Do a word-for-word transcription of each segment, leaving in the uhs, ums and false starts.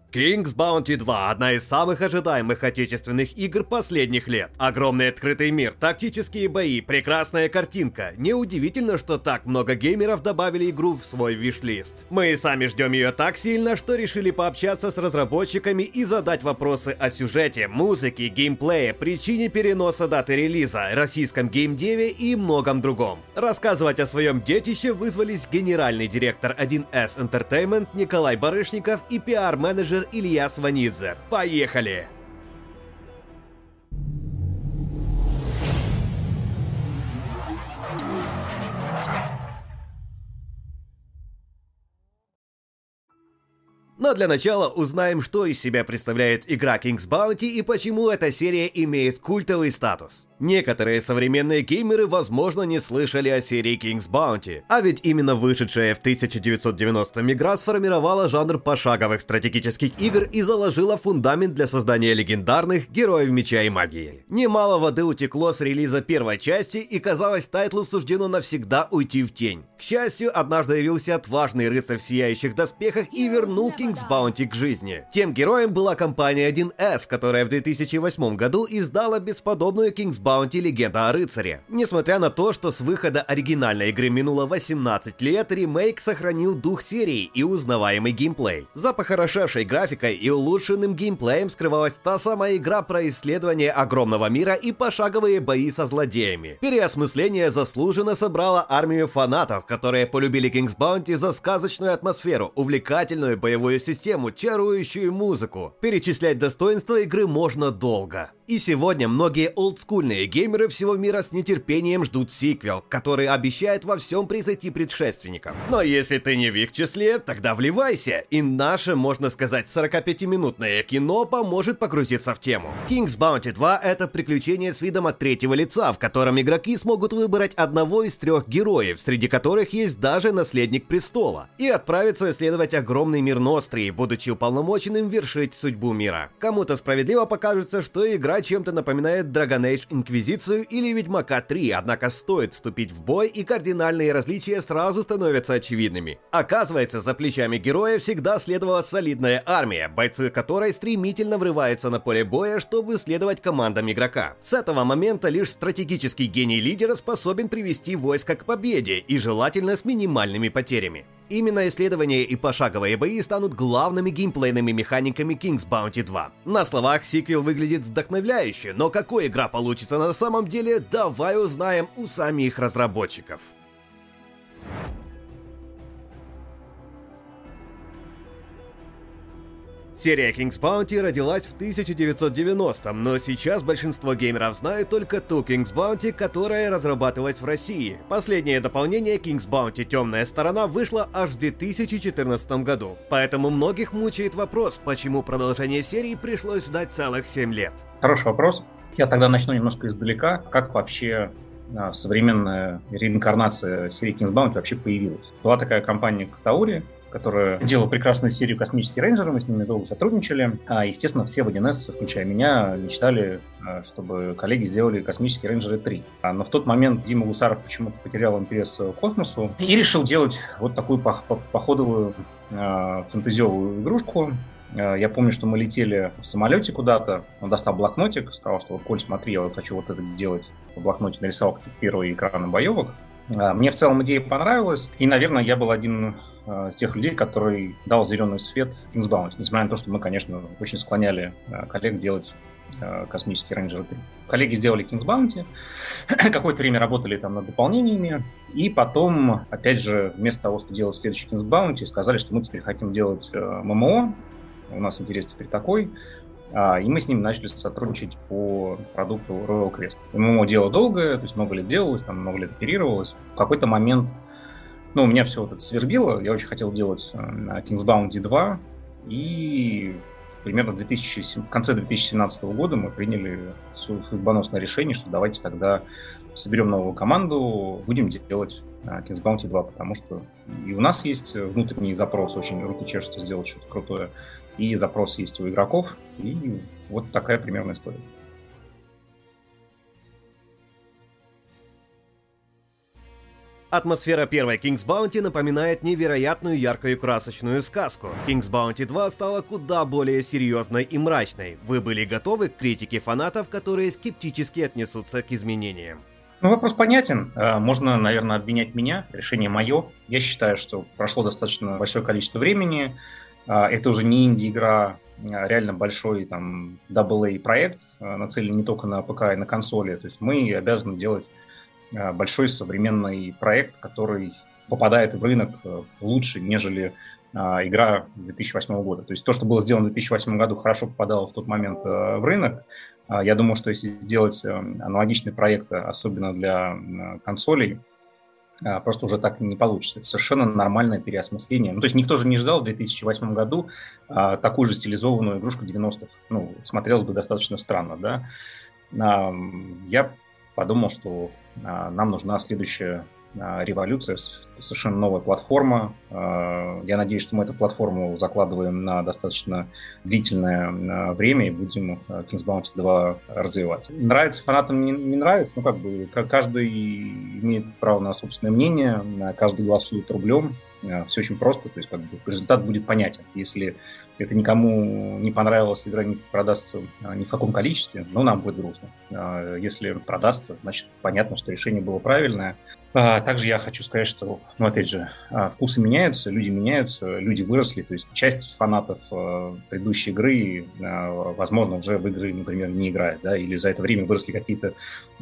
King's Bounty два – одна из самых ожидаемых отечественных игр последних лет. Огромный открытый мир, тактические бои, прекрасная картинка. Неудивительно, что так много геймеров добавили игру в свой виш-лист. Мы и сами ждем ее так сильно, что решили пообщаться с разработчиками и задать вопросы о сюжете, музыке, геймплее, причине переноса даты релиза, российском геймдеве и многом другом. Рассказывать о своем детище вызвались генеральный директор один эс Entertainment Николай Барышников и пиар-менеджер Илья Сванидзе. Поехали! Но для начала узнаем, что из себя представляет игра King's Bounty и почему эта серия имеет культовый статус. Некоторые современные геймеры, возможно, не слышали о серии King's Bounty, а ведь именно вышедшая в тысяча девятьсот девяностом игра сформировала жанр пошаговых стратегических игр и заложила фундамент для создания легендарных героев меча и магии. Немало воды утекло с релиза первой части, и казалось, тайтлу суждено навсегда уйти в тень. К счастью, однажды явился отважный рыцарь в сияющих доспехах и вернул King's Bounty к жизни. Тем героем была компания один эс, которая в две тысячи восьмом году издала бесподобную King's Bounty Bounty Легенда о рыцаре. Несмотря на то, что с выхода оригинальной игры минуло восемнадцать лет, ремейк сохранил дух серии и узнаваемый геймплей. За похорошевшей графикой и улучшенным геймплеем скрывалась та самая игра про исследование огромного мира и пошаговые бои со злодеями. Переосмысление заслуженно собрало армию фанатов, которые полюбили King's Bounty за сказочную атмосферу, увлекательную боевую систему, чарующую музыку. Перечислять достоинства игры можно долго. И сегодня многие олдскульные геймеры всего мира с нетерпением ждут сиквел, который обещает во всем превзойти предшественников. Но если ты не в их числе, тогда вливайся, и наше, можно сказать, сорокапятиминутное кино поможет погрузиться в тему. King's Bounty два — это приключение с видом от третьего лица, в котором игроки смогут выбрать одного из трех героев, среди которых есть даже наследник престола, и отправиться исследовать огромный мир Нострии, будучи уполномоченным вершить судьбу мира. Кому-то справедливо покажется, что игра чем-то напоминает Dragon Age Инквизицию или Ведьмака три, однако стоит вступить в бой, и кардинальные различия сразу становятся очевидными. Оказывается, за плечами героя всегда следовала солидная армия, бойцы которой стремительно врываются на поле боя, чтобы следовать командам игрока. С этого момента лишь стратегический гений лидера способен привести войско к победе, и желательно с минимальными потерями. Именно исследования и пошаговые бои станут главными геймплейными механиками King's Bounty два. На словах сиквел выглядит вдохновляюще, но какой игра получится на самом деле, давай узнаем у самих разработчиков. Серия King's Bounty родилась в тысяча девятьсот девяностом, но сейчас большинство геймеров знают только ту King's Bounty, которая разрабатывалась в России. Последнее дополнение King's Bounty «Темная сторона» вышло аж в две тысячи четырнадцатом году, поэтому многих мучает вопрос, почему продолжение серии пришлось ждать целых семь лет. Хороший вопрос. Я тогда начну немножко издалека. Как вообще а, современная реинкарнация серии King's Bounty вообще появилась? Была такая компания Катаури, которая делала прекрасную серию «Космические рейнджеры», мы с ними долго сотрудничали. А, естественно, все в один эс, включая меня, мечтали, чтобы коллеги сделали «Космические рейнджеры три». А, но в тот момент Дима Гусаров почему-то потерял интерес к космосу и решил делать вот такую пох- походовую а, фэнтезиовую игрушку. А, я помню, что мы летели в самолете куда-то, он достал блокнотик, сказал, что вот, Коль, смотри, я вот хочу вот это делать. В блокноте нарисовал какие-то первые экраны боевок. А, мне в целом идея понравилась, и, наверное, я был один с тех людей, который дал зеленый свет King's Bounty, несмотря на то, что мы, конечно, очень склоняли коллег делать «Космические рейнджеры три». Коллеги сделали King's Bounty, какое-то время работали там над дополнениями, и потом, опять же, вместо того, чтобы делать следующий King's Bounty, сказали, что мы теперь хотим делать эм эм о, у нас интерес теперь такой, и мы с ними начали сотрудничать по продукту Royal Quest. эм эм о дело долгое, то есть много лет делалось, там много лет оперировалось. В какой-то момент Ну, у меня все вот это свербило, я очень хотел делать King's Bounty два, и примерно в, две тысячи, в конце две тысячи семнадцатого года мы приняли судьбоносное решение, что давайте тогда соберем новую команду, будем делать King's Bounty два, потому что и у нас есть внутренний запрос, очень руки чешутся сделать что-то крутое, и запрос есть у игроков, и вот такая примерная история. Атмосфера первой King's Bounty напоминает невероятную яркую и красочную сказку. King's Bounty два стала куда более серьезной и мрачной. Вы были готовы к критике фанатов, которые скептически отнесутся к изменениям? Ну, вопрос понятен. Можно, наверное, обвинять меня. Решение мое. Я считаю, что прошло достаточно большое количество времени. Это уже не инди-игра, а реально большой там дабл эй проект, нацеленный не только на ПК и на консоли. То есть мы обязаны делать большой современный проект, который попадает в рынок лучше, нежели а, игра две тысячи восьмого года. То есть то, что было сделано в две тысячи восьмом году, хорошо попадало в тот момент а, в рынок. А, я думаю, что если сделать а, аналогичный проект, особенно для а, консолей, а, просто уже так не получится. Это совершенно нормальное переосмысление. Ну, то есть никто же не ждал в две тысячи восьмом году а, такую же стилизованную игрушку девяностых. Ну, смотрелось бы достаточно странно, да. А, я подумал, что а, нам нужна следующая а, революция, совершенно новая платформа. А, я надеюсь, что мы эту платформу закладываем на достаточно длительное а, время и будем а, King's Bounty два развивать. Нравится фанатам, не, не нравится, ну как бы каждый имеет право на собственное мнение, каждый голосует рублем. Все очень просто, то есть как бы результат будет понятен. Если это никому не понравилось, игра не продастся ни в каком количестве, но нам будет грустно. Если продастся, значит понятно, что решение было правильное. Также я хочу сказать, что, ну опять же, вкусы меняются, люди меняются, люди выросли, то есть часть фанатов предыдущей игры, возможно, уже в игры, например, не играет, да, или за это время выросли какие-то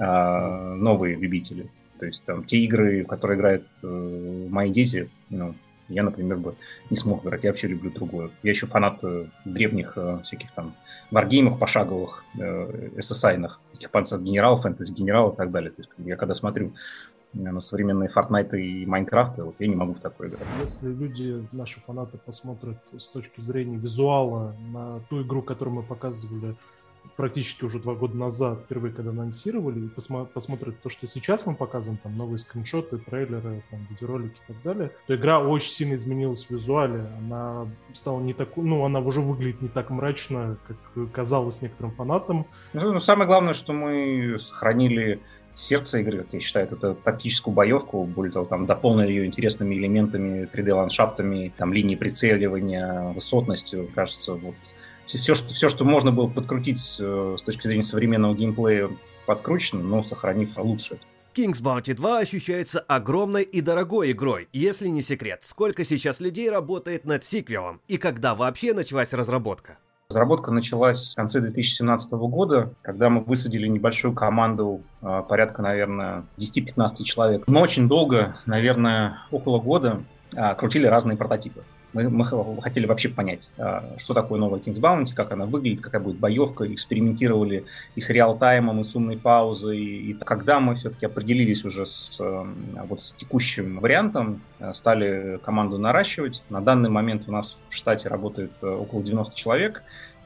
новые любители. То есть там те игры, в которые играют э, мои дети, ну, я, например, бы не смог играть. Я вообще люблю другое. Я еще фанат э, древних э, всяких там варгеймов пошаговых, э, эс эс ай-ных, таких панцер-генералов, фэнтези-генералов и так далее. То есть я когда смотрю на современные Fortnite и Майнкрафты, вот я не могу в такое играть. Если люди, наши фанаты, посмотрят с точки зрения визуала на ту игру, которую мы показывали практически уже два года назад, впервые когда анонсировали, и посмо- посмотрят то, что сейчас мы показываем, там новые скриншоты, трейлеры, там, видеоролики и так далее, то игра очень сильно изменилась в визуале. Она стала не такой, ну, она уже выглядит не так мрачно, как казалось некоторым фанатам. Ну, самое главное, что мы сохранили сердце игры, как я считаю, это тактическую боевку, более того, там дополнили ее интересными элементами, три дэ-ландшафтами, там линии прицеливания, высотностью, кажется, вот. Все что, все, что можно было подкрутить э, с точки зрения современного геймплея, подкручено, но сохранив лучше. King's Bounty два ощущается огромной и дорогой игрой. Если не секрет, сколько сейчас людей работает над сиквелом и когда вообще началась разработка? Разработка началась в конце две тысячи семнадцатого года, когда мы высадили небольшую команду, э, порядка, наверное, десять-пятнадцать человек. Мы очень долго, наверное, около года, э, крутили разные прототипы. Мы, мы хотели вообще понять, что такое новая King's Bounty, как она выглядит, какая будет боевка. Экспериментировали и с реал-таймом, и с умной паузой. И когда мы все-таки определились уже с, вот, с текущим вариантом, стали команду наращивать. На данный момент у нас в штате работает около девяносто человек.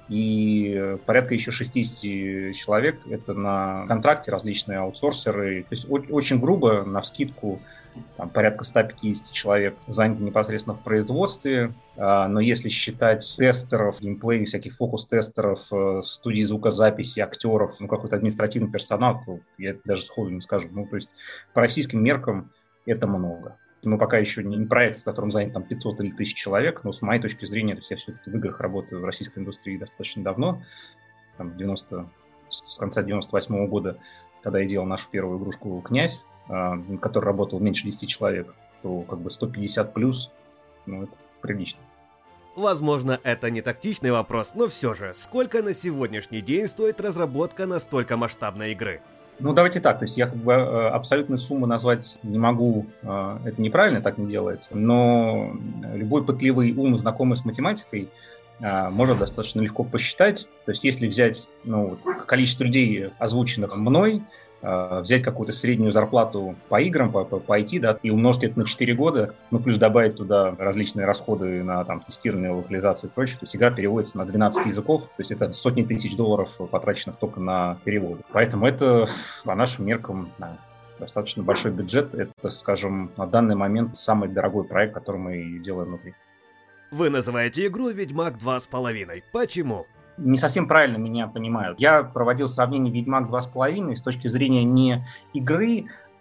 И порядка еще шестьдесят человек — это на контракте различные аутсорсеры. То есть очень грубо, навскидку, там порядка ста пятидесяти человек заняты непосредственно в производстве, но если считать тестеров, геймплей, всяких фокус-тестеров, студии звукозаписи, актеров, ну какой-то административный персонал, то я даже сходу не скажу. Ну, то есть по российским меркам это много. Мы пока еще не проект, в котором занят там пятьсот или тысяча человек, но с моей точки зрения, то есть я все-таки в играх работаю в российской индустрии достаточно давно, там девяносто, с конца девяносто восьмого года, когда я делал нашу первую игрушку «Князь», над которой работал меньше десяти человек, то как бы сто пятьдесят плюс, ну это прилично. Возможно, это не тактичный вопрос, но все же, сколько на сегодняшний день стоит разработка настолько масштабной игры? Ну, давайте так, то есть я как бы абсолютную сумму назвать не могу, это неправильно, так не делается, но любой пытливый ум, знакомый с математикой, может достаточно легко посчитать. То есть если взять ну, вот, количество людей, озвученных мной, взять какую-то среднюю зарплату по играм, по, по, по ай ти, да, и умножить это на четыре года, ну, плюс добавить туда различные расходы на там, тестирование, локализацию и прочее, то есть игра переводится на двенадцать языков, то есть это сотни тысяч долларов, потраченных только на переводы. Поэтому это, по нашим меркам, да, достаточно большой бюджет. Это, скажем, на данный момент самый дорогой проект, который мы делаем внутри. Вы называете игру «Ведьмак два с половиной». Почему? Не совсем правильно меня понимают. Я проводил сравнение «Ведьмак два с половиной» с точки зрения не игры,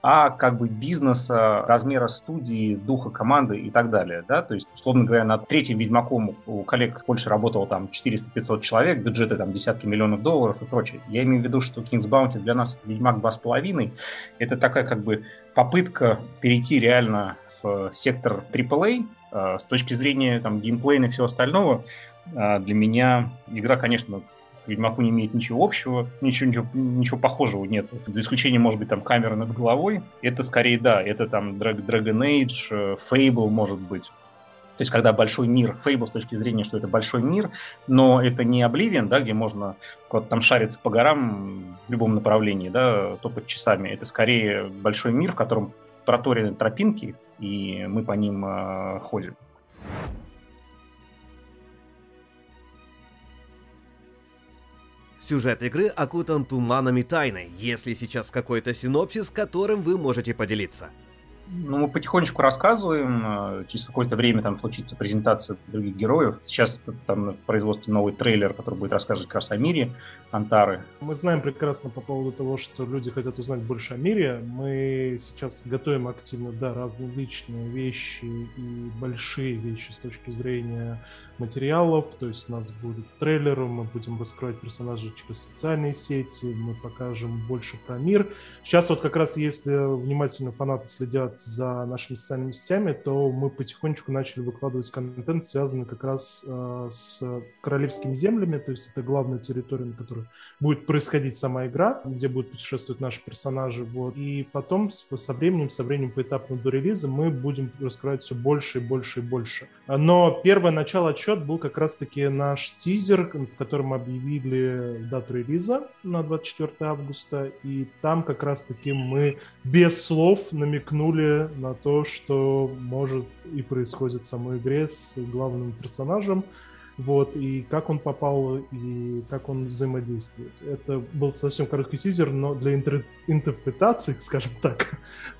а как бы бизнеса, размера студии, духа команды и так далее, да, то есть, условно говоря, над третьим Ведьмаком у коллег больше работало там четыреста-пятьсот человек, бюджеты там десятки миллионов долларов и прочее. Я имею в виду, что King's Bounty для нас это Ведьмак два с половиной, это такая как бы попытка перейти реально в сектор трипл эй, с точки зрения там геймплея и всего остального. Для меня игра, конечно, к Ведьмаку не имеет ничего общего, ничего, ничего, ничего похожего нет. За исключением, может быть, там камеры над головой. Это скорее, да, это там Dragon Age, Fable, может быть. То есть, когда большой мир, Fable с точки зрения, что это большой мир, но это не Oblivion, да, где можно вот там шариться по горам в любом направлении, да, топать часами. Это скорее большой мир, в котором проторены тропинки, и мы по ним э, ходим. Сюжет игры окутан туманами тайны, есть ли сейчас какой-то синопсис, которым вы можете поделиться? Ну, мы потихонечку рассказываем, через какое-то время там случится презентация других героев. Сейчас там на производстве новый трейлер, который будет рассказывать как раз о мире Антары. Мы знаем прекрасно по поводу того, что люди хотят узнать больше о мире. Мы сейчас готовим активно, да, различные вещи и большие вещи с точки зрения материалов. То есть у нас будут трейлеры, мы будем раскрывать персонажей через социальные сети, мы покажем больше про мир. Сейчас вот как раз, если внимательно фанаты следят за нашими социальными сетями, то мы потихонечку начали выкладывать контент, связанный как раз э, с королевскими землями, то есть это главная территория, на которой будет происходить сама игра, где будут путешествовать наши персонажи. Вот. И потом со временем, со временем поэтапно до релиза мы будем раскрывать все больше и больше и больше. Но первое начало отсчет был как раз-таки наш тизер, в котором мы объявили дату релиза на двадцать четвёртое августа, и там как раз-таки мы без слов намекнули на то, что может и происходит в самой игре с главным персонажем, вот, и как он попал, и как он взаимодействует. Это был совсем короткий тизер, но для интер- интерпретации, скажем так,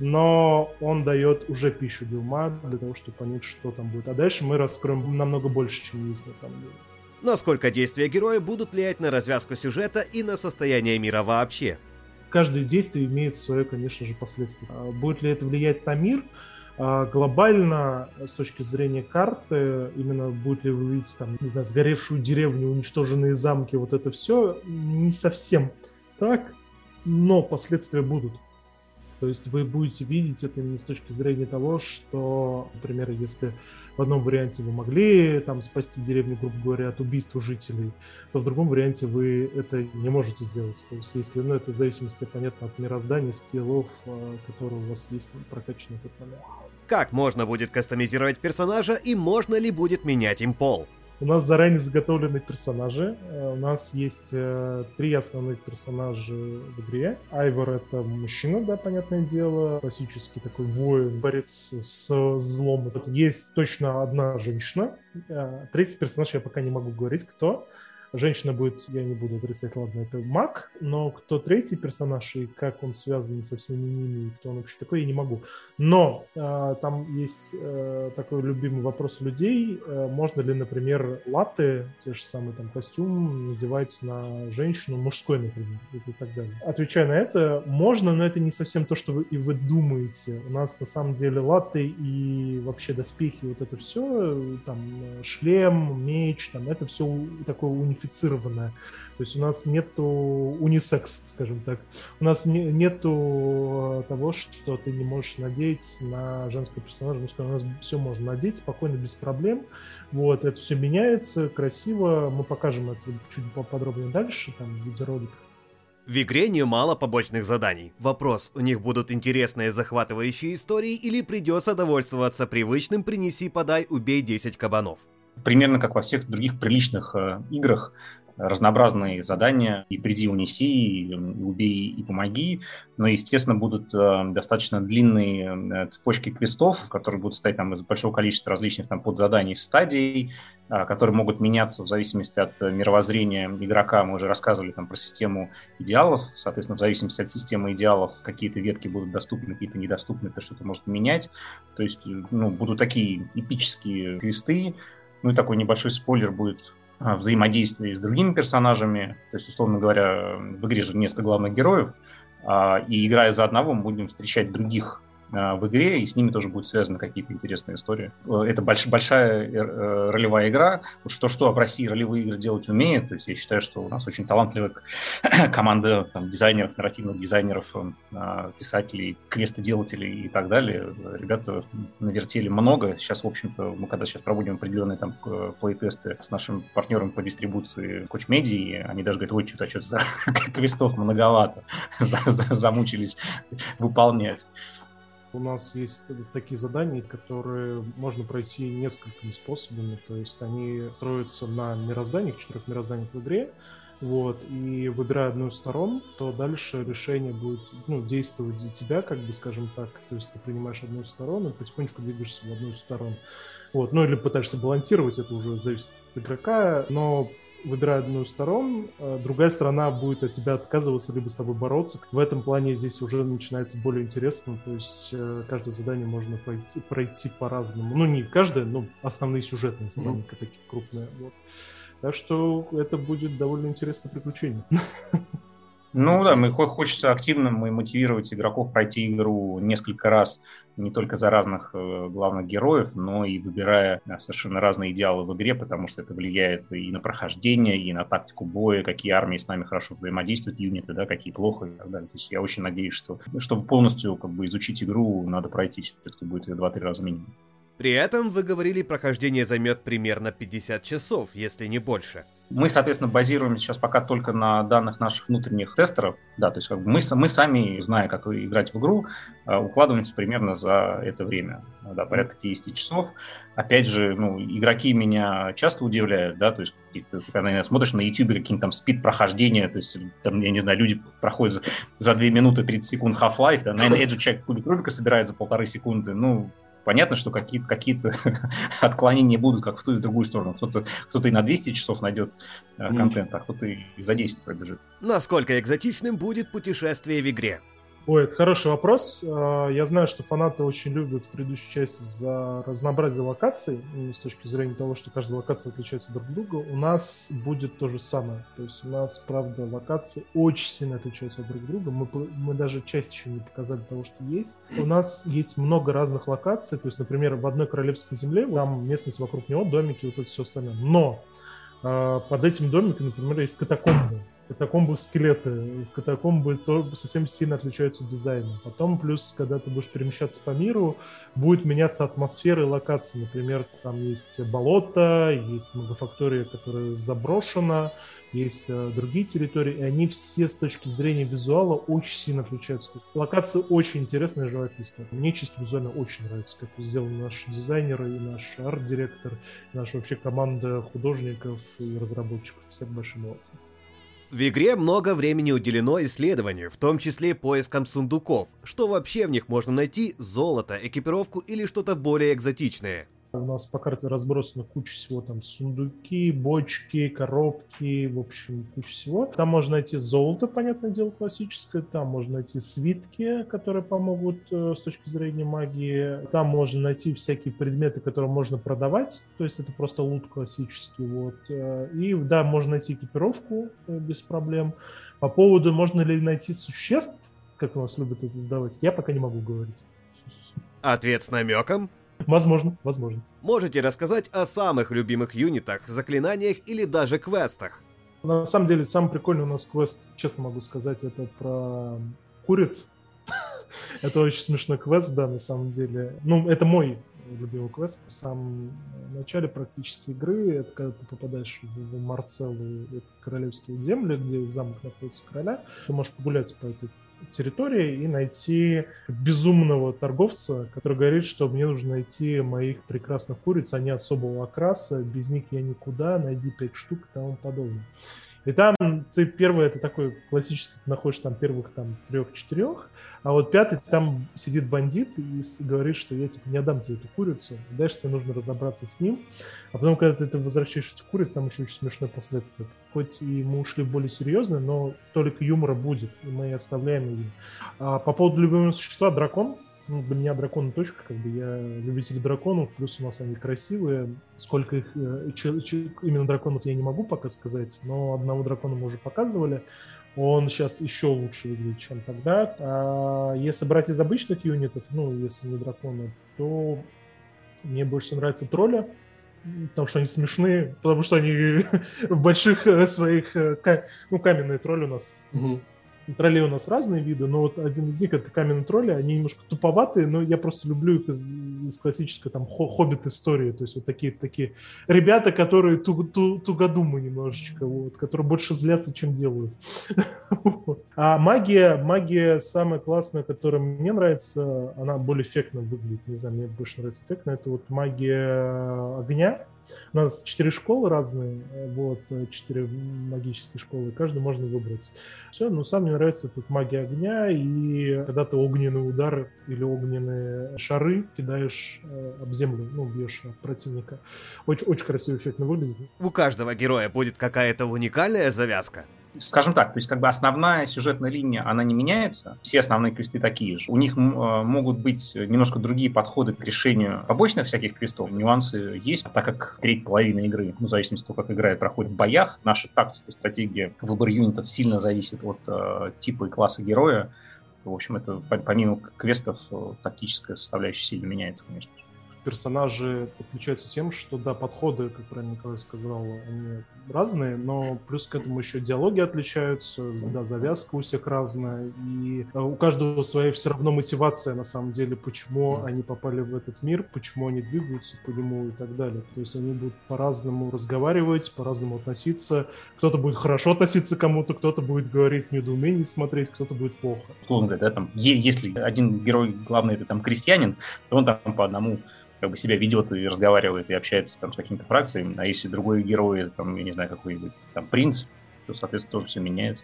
но он дает уже пищу для ума, для того, чтобы понять, что там будет. А дальше мы раскроем намного больше, чем есть на самом деле. Насколько действия героя будут влиять на развязку сюжета и на состояние мира вообще? Каждое действие имеет свое, конечно же, последствие. Будет ли это влиять на мир? Глобально, с точки зрения карты, именно будет ли вы видеть там, не знаю, сгоревшую деревню, уничтоженные замки, вот это все, не совсем так, но последствия будут. То есть вы будете видеть это именно с точки зрения того, что, например, если в одном варианте вы могли там спасти деревню, грубо говоря, от убийства жителей, то в другом варианте вы это не можете сделать. То есть если, ну, это в зависимости, понятно, от мироздания, скиллов, которые у вас есть прокачаны в этот момент. Как можно будет кастомизировать персонажа и можно ли будет менять им пол? У нас заранее заготовлены персонажи. У нас есть э, три основных персонажа в игре. Айвор — это мужчина, да, понятное дело. Классический такой воин, борец с злом. Есть точно одна женщина. Третий персонаж я пока не могу говорить, кто. Женщина будет, я не буду отрицать, ладно, это маг, но кто третий персонаж и как он связан со всеми ними, и кто он вообще такой, я не могу. Но э, там есть э, такой любимый вопрос у людей, э, можно ли, например, латте, те же самые там костюм, надевать на женщину, мужской, например, и так далее. Отвечая на это, можно, но это не совсем то, что вы и вы думаете. У нас на самом деле латте и вообще доспехи, вот это все, там шлем, меч, там это все такое унифицированное. То есть у нас нету унисекс, скажем так. У нас не, нету того, что ты не можешь надеть на женского персонажа. У нас все можно надеть спокойно, без проблем. Вот, это все меняется, красиво. Мы покажем это чуть поподробнее дальше, там, в видеороликах. В игре немало побочных заданий. Вопрос, у них будут интересные захватывающие истории или придется довольствоваться привычным «принеси, подай, убей десять кабанов». Примерно как во всех других приличных э, играх, разнообразные задания, и приди, унеси, и убей, и помоги, но, естественно, будут э, достаточно длинные э, цепочки квестов, которые будут состоять там, из большого количества различных там, подзаданий, стадий, э, которые могут меняться в зависимости от мировоззрения игрока. Мы уже рассказывали там, про систему идеалов, соответственно, в зависимости от системы идеалов какие-то ветки будут доступны, какие-то недоступны, это что-то может менять. То есть ну, будут такие эпические квесты. Ну и такой небольшой спойлер будет взаимодействие с другими персонажами. То есть, условно говоря, в игре же несколько главных героев. И играя за одного, мы будем встречать других в игре, и с ними тоже будут связаны какие-то интересные истории. Это больш, большая ролевая игра. Уж что-что в России ролевые игры делать умеет. То есть я считаю, что у нас очень талантливая команда там, дизайнеров, нарративных дизайнеров, писателей, квестоделателей и так далее. Ребята навертели много. Сейчас, в общем-то, мы когда сейчас проводим определенные там плей-тесты с нашим партнером по дистрибуции Koch Media, они даже говорят, ой, что-то, что-то квестов многовато. Замучились выполнять. У нас есть такие задания, которые можно пройти несколькими способами. То есть они строятся на мирозданиях, четырех мирозданиях в игре. Вот, и выбирая одну из сторон, то дальше решение будет ну, действовать за тебя, как бы, скажем так. То есть ты принимаешь одну из сторон и потихонечку двигаешься в одну из сторон. Вот, ну или пытаешься балансировать, это уже зависит от игрока. Но выбирая одну из сторон, другая сторона будет от тебя отказываться, либо с тобой бороться. В этом плане здесь уже начинается более интересно, то есть каждое задание можно пройти, пройти по-разному. Ну, не каждое, но основные сюжетные задания, mm-hmm. такие крупные. Вот. Так что это будет довольно интересное приключение. Ну да, мы хочется активно мотивировать игроков пройти игру несколько раз, не только за разных э, главных героев, но и выбирая совершенно разные идеалы в игре, потому что это влияет и на прохождение, и на тактику боя, какие армии с нами хорошо взаимодействуют, юниты, да, какие плохо и так далее. То есть я очень надеюсь, что чтобы полностью как бы изучить игру, надо пройти, все-таки будет ее два-три раза минимум. При этом, вы говорили, прохождение займет примерно пятьдесят часов, если не больше. Мы, соответственно, базируемся сейчас пока только на данных наших внутренних тестеров. Да, то есть как бы мы, мы сами, зная, как играть в игру, укладываемся примерно за это время. Да, порядка пятьдесят часов. Опять же, ну, игроки меня часто удивляют, да, то есть ты, когда наверное, смотришь на YouTube какие-нибудь там спид-прохождения, то есть там, я не знаю, люди проходят за, за две минуты тридцать секунд Half-Life, да, наверное, Edge человек кубик Рубика собирает за полторы секунды, ну... Понятно, что какие-то, какие-то отклонения будут как в ту и в другую сторону. Кто-то, кто-то и на двести часов найдет э, контент, а кто-то и за десять пробежит. Насколько экзотичным будет путешествие в игре? Ой, это хороший вопрос. Я знаю, что фанаты очень любят предыдущую часть за разнообразие локаций, с точки зрения того, что каждая локация отличается друг от друга. У нас будет то же самое. То есть у нас, правда, локации очень сильно отличаются друг от друга. Мы, мы даже часть еще не показали того, что есть. У нас есть много разных локаций. То есть, например, в одной королевской земле, там местность вокруг него, домики, вот это все остальное. Но под этим домиком, например, есть катакомбы. Катакомбы скелеты, катакомбы совсем сильно отличаются дизайном. Потом плюс, когда ты будешь перемещаться по миру, будет меняться атмосфера и локации. Например, там есть болото, есть магофактория, которая заброшена, есть э, другие территории, и они все с точки зрения визуала очень сильно отличаются. Локации очень интересные, живописные. Мне чисто визуально очень нравится, как сделаны наши дизайнеры и наш арт-директор, и наша вообще команда художников и разработчиков. Все большие молодцы. В игре много времени уделено исследованию, в том числе поискам сундуков. Что вообще в них можно найти? Золото, экипировку или что-то более экзотичное? У нас по карте разбросана куча всего, там сундуки, бочки, коробки, в общем, куча всего. Там можно найти золото, понятное дело, классическое, там можно найти свитки, которые помогут э, с точки зрения магии, там можно найти всякие предметы, которые можно продавать, то есть это просто лут классический, вот. И да, можно найти экипировку э, без проблем. По поводу, можно ли найти существ, как у нас любят это сдавать, я пока не могу говорить. Ответ с намеком? Возможно, возможно. Можете рассказать о самых любимых юнитах, заклинаниях или даже квестах? На самом деле, самый прикольный у нас квест, честно могу сказать, это про куриц. Это очень смешной квест, да, на самом деле. Ну, это мой любимый квест в самом начале практически игры. Это когда ты попадаешь в Марцеллу, королевские земли, где замок находится короля. Ты можешь погулять по этой территории и найти безумного торговца, который говорит, что мне нужно найти моих прекрасных куриц, они особого окраса, без них я никуда, найди пять штук и тому подобное. И там ты первый, это такой классический, ты находишь там первых там трех-четырех, а вот пятый там сидит бандит и говорит, что я типа не отдам тебе эту курицу, дальше тебе нужно разобраться с ним, а потом, когда ты возвращаешь эту курицу, там еще очень смешное последствие. Хоть и мы ушли в более серьезно, но только юмора будет, и мы оставляем ее. А по поводу любимого существа, дракон. Ну, для меня драконы точка, как бы я любитель драконов, плюс у нас они красивые. Сколько их, ч, ч, именно драконов я не могу пока сказать, но одного дракона мы уже показывали. Он сейчас еще лучше выглядит, чем тогда. А если брать из обычных юнитов, ну, если не драконы, то мне больше всего нравятся тролли, потому что они смешные, потому что они в больших своих... Ну, каменные тролли у нас... Угу. Троллей у нас разные виды, но вот один из них — это каменные тролли, они немножко туповатые, но я просто люблю их из, из классической там хоббит-истории, то есть вот такие такие ребята, которые ту, ту, тугодумы немножечко, вот, которые больше злятся, чем делают. А магия, магия самая классная, которая мне нравится, она более эффектно выглядит, не знаю, мне больше нравится эффектно, это вот магия огня. У нас четыре школы разные, вот, четыре магические школы, каждый можно выбрать. Все, но сам мне нравится тут магия огня, и когда ты огненный удар или огненные шары кидаешь э, об землю, ну, бьешь от противника. Очень, очень красиво, эффектно выглядит. У каждого героя будет какая-то уникальная завязка. Скажем так, то есть как бы основная сюжетная линия, она не меняется, все основные квесты такие же. У них м- могут быть немножко другие подходы к решению побочных всяких квестов, нюансы есть, так как треть половины игры, ну, в зависимости от того, как игра проходит в боях, наша тактика, стратегия, выбор юнитов сильно зависит от э, типа и класса героя. В общем, это помимо квестов тактическая составляющая сильно меняется, конечно же. Персонажи отличаются тем, что, да, подходы, как правильно Николай сказал, они разные, но плюс к этому еще диалоги отличаются, да, завязка у всех разная, и у каждого своя все равно мотивация, на самом деле, почему они попали в этот мир, почему они двигаются по нему и так далее. То есть они будут по-разному разговаривать, по-разному относиться. Кто-то будет хорошо относиться к кому-то, кто-то будет говорить в недоумении, смотреть, кто-то будет плохо. Условно говоря, да, там, если один герой, главный, это там крестьянин, то он там по одному как бы себя ведет и разговаривает, и общается там с какими-то фракциями, а если другой герой, там, я не знаю, какой-нибудь там принц, то, соответственно, тоже все меняется.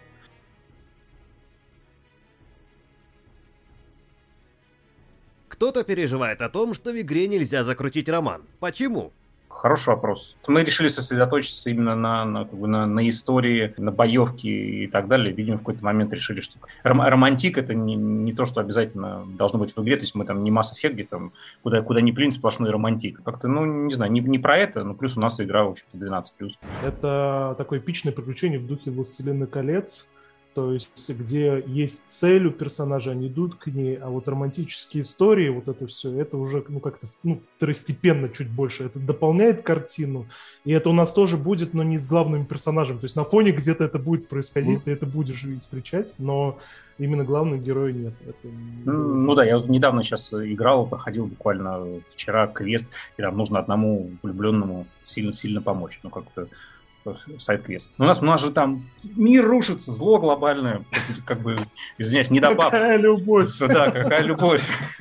Кто-то переживает о том, что в игре нельзя закрутить роман. Почему? Хороший вопрос. Мы решили сосредоточиться именно на, на, как бы на, на истории, на боевке и так далее. Видимо, в какой-то момент решили, что ром- романтик — это не, не то, что обязательно должно быть в игре. То есть мы там не Mass Effect, где там куда, куда ни плюнь, сплошной романтик. Как-то, ну, не знаю, не, не про это, но плюс у нас игра, в общем-то, двенадцать плюс. Это такое эпичное приключение в духе «Властелина колец», то есть где есть цель у персонажа, они идут к ней, а вот романтические истории, вот это все, это уже, ну, как-то, ну, второстепенно чуть больше, это дополняет картину, и это у нас тоже будет, но не с главным персонажем, то есть на фоне где-то это будет происходить, mm. ты это будешь и встречать, но именно главного героя нет. Это ну, ну да, я вот недавно сейчас играл, проходил буквально вчера квест, и там нужно одному влюбленному сильно-сильно помочь, ну, как-то сайд-квест. У нас, у нас же там мир рушится, зло глобальное, как бы, извиняюсь, не добавь. Какая любовь. Да, какая любовь.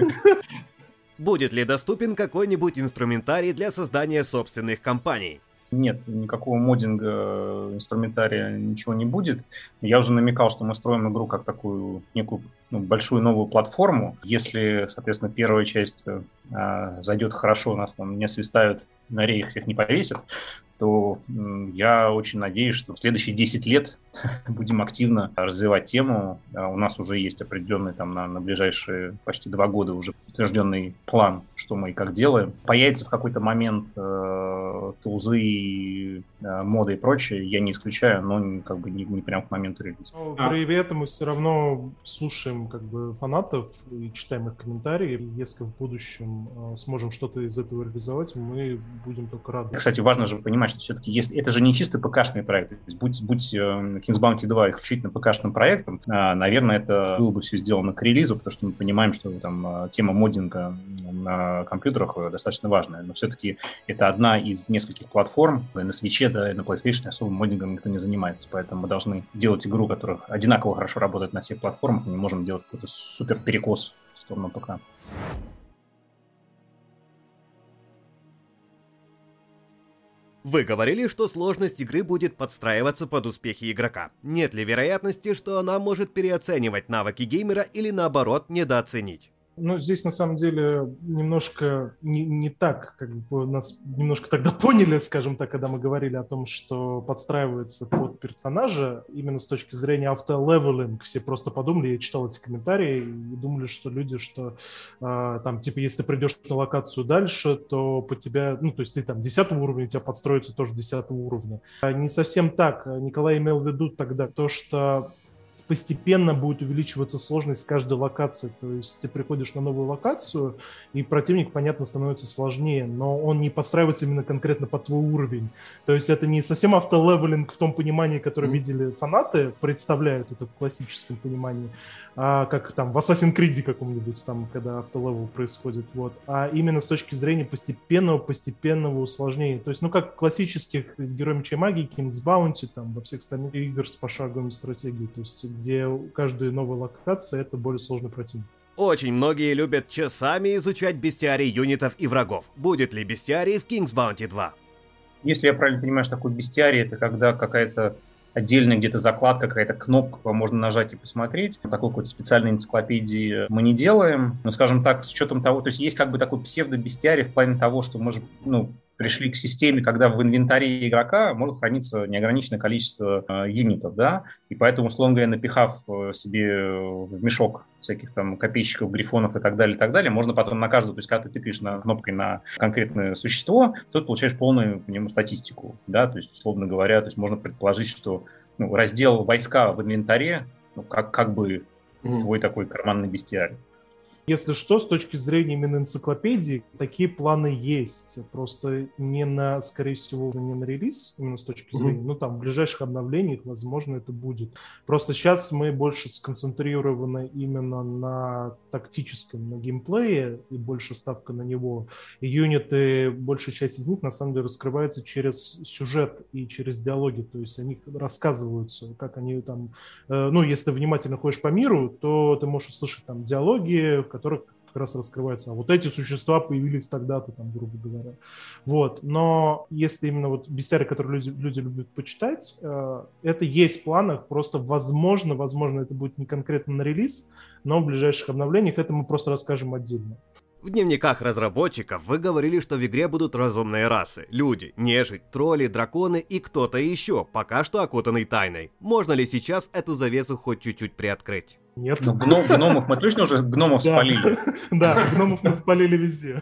Будет ли доступен какой-нибудь инструментарий для создания собственных компаний? Нет, никакого моддинга, инструментария, ничего не будет. Я уже намекал, что мы строим игру как такую некую, ну, большую новую платформу. Если, соответственно, первая часть э, зайдет хорошо, нас там не освистают, на рейх всех не повесят, то я очень надеюсь, что в следующие десять лет будем активно развивать тему. У нас уже есть определенный там на, на ближайшие почти два года уже утвержденный план, что мы и как делаем. Появится в какой-то момент э, тулзы, э, моды и прочее, я не исключаю, но как бы не, не прям к моменту релиза. А. При этом мы все равно слушаем как бы фанатов и читаем их комментарии. Если в будущем э, сможем что-то из этого реализовать, мы будем только рады. Кстати, важно же понимать, что все-таки если это же не чисто ПК-шный проект. То есть будь, будь King's Bounty два исключительно ПК-шным проектом, наверное, это было бы все сделано к релизу, потому что мы понимаем, что там тема моддинга на компьютерах достаточно важная. Но все-таки это одна из нескольких платформ. На Switch, да, и на PlayStation особым моддингом никто не занимается. Поэтому мы должны делать игру, которая одинаково хорошо работает на всех платформах. Мы не можем делать какой-то супер перекос в сторону ПК. Вы говорили, что сложность игры будет подстраиваться под успехи игрока. Нет ли вероятности, что она может переоценивать навыки геймера или наоборот недооценить? Ну, здесь на самом деле немножко не, не так, как бы нас немножко тогда поняли, скажем так, когда мы говорили о том, что подстраивается под персонажа, именно с точки зрения автолевелинг. Все просто подумали, я читал эти комментарии, и думали, что люди, что э, там, типа, если ты придешь на локацию дальше, то по тебя, ну, то есть ты там десятого уровня, тебя подстроится тоже десятого уровня. А не совсем так. Николай имел в виду тогда то, что постепенно будет увеличиваться сложность каждой локации. То есть ты приходишь на новую локацию, и противник, понятно, становится сложнее, но он не подстраивается именно конкретно под твой уровень. То есть это не совсем автолевелинг в том понимании, которое mm-hmm. видели фанаты, представляют это в классическом понимании, а как там в Assassin's Creed каком-нибудь, там, когда автолевел происходит, вот, а именно с точки зрения постепенного-постепенного усложнения. То есть, ну, как классических Герой Меча и Магии, King's Bounty, там, во всех остальных игр с пошаговыми стратегией. То есть где каждая новая локация — это более сложный противник. Очень многие любят часами изучать бестиарий юнитов и врагов. Будет ли бестиарий в King's Bounty два? Если я правильно понимаю, что такое бестиарий, это когда какая-то отдельная где-то закладка, какая-то кнопка, можно нажать и посмотреть. Такой какой-то специальной энциклопедии мы не делаем. Но, скажем так, с учетом того, то есть есть как бы такой псевдо-бестиарий в плане того, что мы же, ну, пришли к системе, когда в инвентаре игрока может храниться неограниченное количество э, юнитов, да, и поэтому, условно говоря, напихав э, себе в мешок всяких там копейщиков, грифонов и так далее, и так далее, можно потом на каждую, то есть когда ты тыкаешь на кнопкой на конкретное существо, то ты получаешь полную по нему статистику, да, то есть, условно говоря, то есть можно предположить, что ну, раздел войска в инвентаре, ну, как, как бы mm. твой такой карманный бестиарий. Если что, с точки зрения именно энциклопедии, такие планы есть. Просто не на, скорее всего, не на релиз, именно с точки зрения, mm-hmm. ну, там, в ближайших обновлениях, возможно, это будет. Просто сейчас мы больше сконцентрированы именно на тактическом, на геймплее, и больше ставка на него. И юниты, большая часть из них, на самом деле, раскрывается через сюжет и через диалоги. То есть они рассказываются, как они там... Э, ну, если ты внимательно ходишь по миру, то ты можешь услышать там диалоги, в которых как раз раскрывается, а вот эти существа появились тогда-то, там, грубо говоря. Вот. Но если именно вот бестиарий, который люди, люди любят почитать, э, это есть в планах, просто возможно, возможно, это будет не конкретно на релиз, но в ближайших обновлениях это мы просто расскажем отдельно. В дневниках разработчиков вы говорили, что в игре будут разумные расы. Люди, нежить, тролли, драконы и кто-то еще, пока что окутанный тайной. Можно ли сейчас эту завесу хоть чуть-чуть приоткрыть? Нет. Ну, гном, гномов мы точно уже гномов да. спалили. Да, гномов мы спалили везде.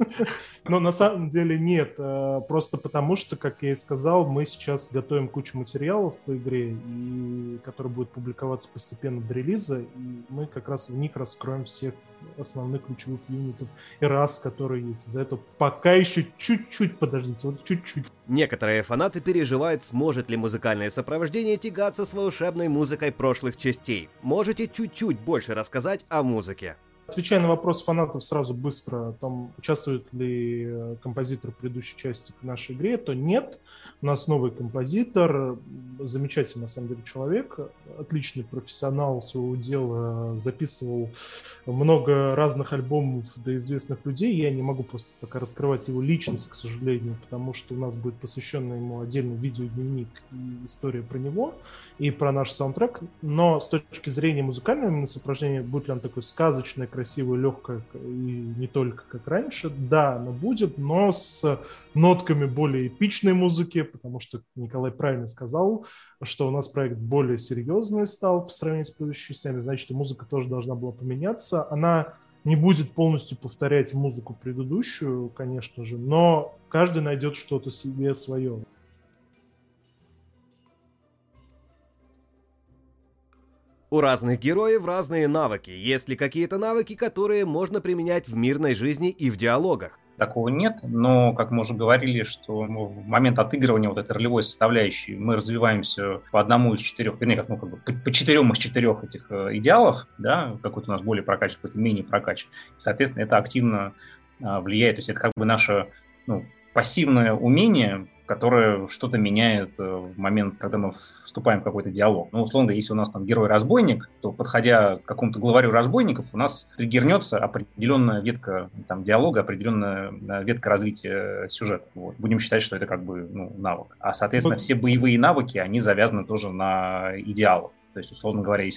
Но на самом деле нет. Просто потому что, как я и сказал, мы сейчас готовим кучу материалов по игре, и, которые будут публиковаться постепенно до релиза, и мы как раз в них раскроем всех основных ключевых юнитов и рас, которые есть. Из-за этого пока еще чуть-чуть подождите, вот чуть-чуть. Некоторые фанаты переживают, сможет ли музыкальное сопровождение тягаться с волшебной музыкой прошлых частей. Можете чуть-чуть больше рассказать о музыке? Отвечая на вопрос фанатов сразу быстро о том, участвует ли композитор предыдущей части в нашей игре, то нет. У нас новый композитор, замечательный, на самом деле, человек, отличный профессионал своего дела, записывал много разных альбомов для известных людей. Я не могу просто пока раскрывать его личность, к сожалению, потому что у нас будет посвященный ему отдельный видеодневник и история про него и про наш саундтрек. Но с точки зрения музыкального сопровождения, будет ли он такой сказочный, красивое, легкое и не только как раньше. Да, оно будет, но с нотками более эпичной музыки, потому что Николай правильно сказал, что у нас проект более серьезный стал по сравнению с предыдущими частями, значит, и музыка тоже должна была поменяться. Она не будет полностью повторять музыку предыдущую, конечно же, но каждый найдет что-то себе свое. У разных героев разные навыки. Есть ли какие-то навыки, которые можно применять в мирной жизни и в диалогах? Такого нет, но, как мы уже говорили, что в момент отыгрывания вот этой ролевой составляющей мы развиваемся по одному из четырех, вернее, как, ну, как бы по, по четырем из четырех этих э, идеалов, да, какой-то у нас более прокачан, какой-то менее прокачан. И, соответственно, это активно э, влияет, то есть это как бы наше, ну, пассивное умение, которое что-то меняет в момент, когда мы вступаем в какой-то диалог. Ну, условно говоря, если у нас там герой-разбойник, то, подходя к какому-то главарю разбойников, у нас триггернется определенная ветка там, диалога, определенная ветка развития сюжета. Вот. Будем считать, что это как бы ну, навык. А, соответственно, все боевые навыки, они завязаны тоже на идеалах. То есть, условно говоря, если мы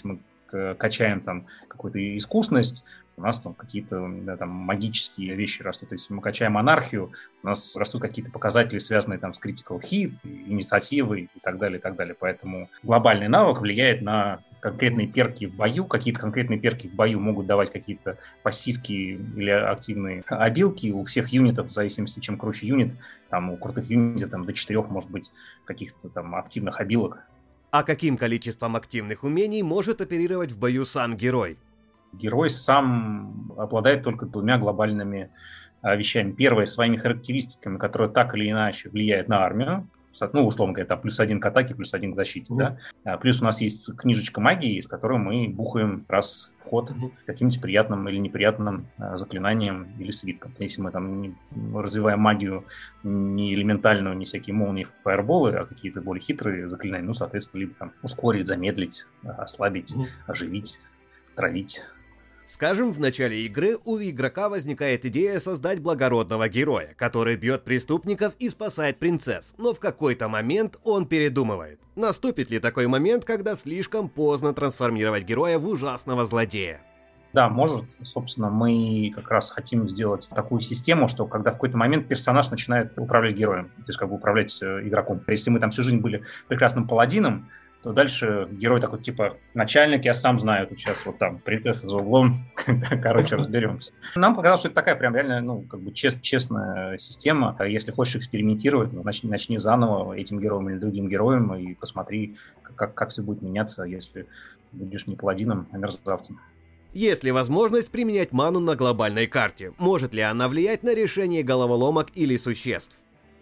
качаем там какую-то искусность, у нас там какие-то да, там, магические вещи растут. Если мы качаем анархию, у нас растут какие-то показатели, связанные там с critical hit, инициативой и так далее, и так далее. Поэтому глобальный навык влияет на конкретные перки в бою. Какие-то конкретные перки в бою могут давать какие-то пассивки или активные обилки. У всех юнитов, в зависимости, чем круче юнит, там у крутых юнитов там, до четырех может быть каких-то там активных обилок. А каким количеством активных умений может оперировать в бою сам герой? Герой сам обладает только двумя глобальными а, вещами. Первое, своими характеристиками, которые так или иначе влияют на армию. Ну, условно говоря, это плюс один к атаке, плюс один к защите. Mm-hmm. Да? А, плюс у нас есть книжечка магии, с которой мы бухаем раз в ход mm-hmm. каким-нибудь приятным или неприятным а, заклинанием или свитком. Если мы там не, развиваем магию не элементальную, не всякие молнии, фаерболы, а какие-то более хитрые заклинания, ну, соответственно, либо там ускорить, замедлить, ослабить, mm-hmm. оживить, травить. Скажем, в начале игры у игрока возникает идея создать благородного героя, который бьет преступников и спасает принцесс, но в какой-то момент он передумывает. Наступит ли такой момент, когда слишком поздно трансформировать героя в ужасного злодея? Да, может. Собственно, мы как раз хотим сделать такую систему, что когда в какой-то момент персонаж начинает управлять героем, то есть как бы управлять игроком. Если мы там всю жизнь были прекрасным паладином, то дальше герой такой, типа, начальник, я сам знаю, тут сейчас вот там принцесса за углом, короче, разберемся. Нам показалось, что это такая прям реально, ну, как бы чест, честная система. Если хочешь экспериментировать, ну, начни, начни заново этим героем или другим героем и посмотри, как, как все будет меняться, если будешь не паладином, а мерзавцем. Есть ли возможность применять ману на глобальной карте? Может ли она влиять на решение головоломок или существ?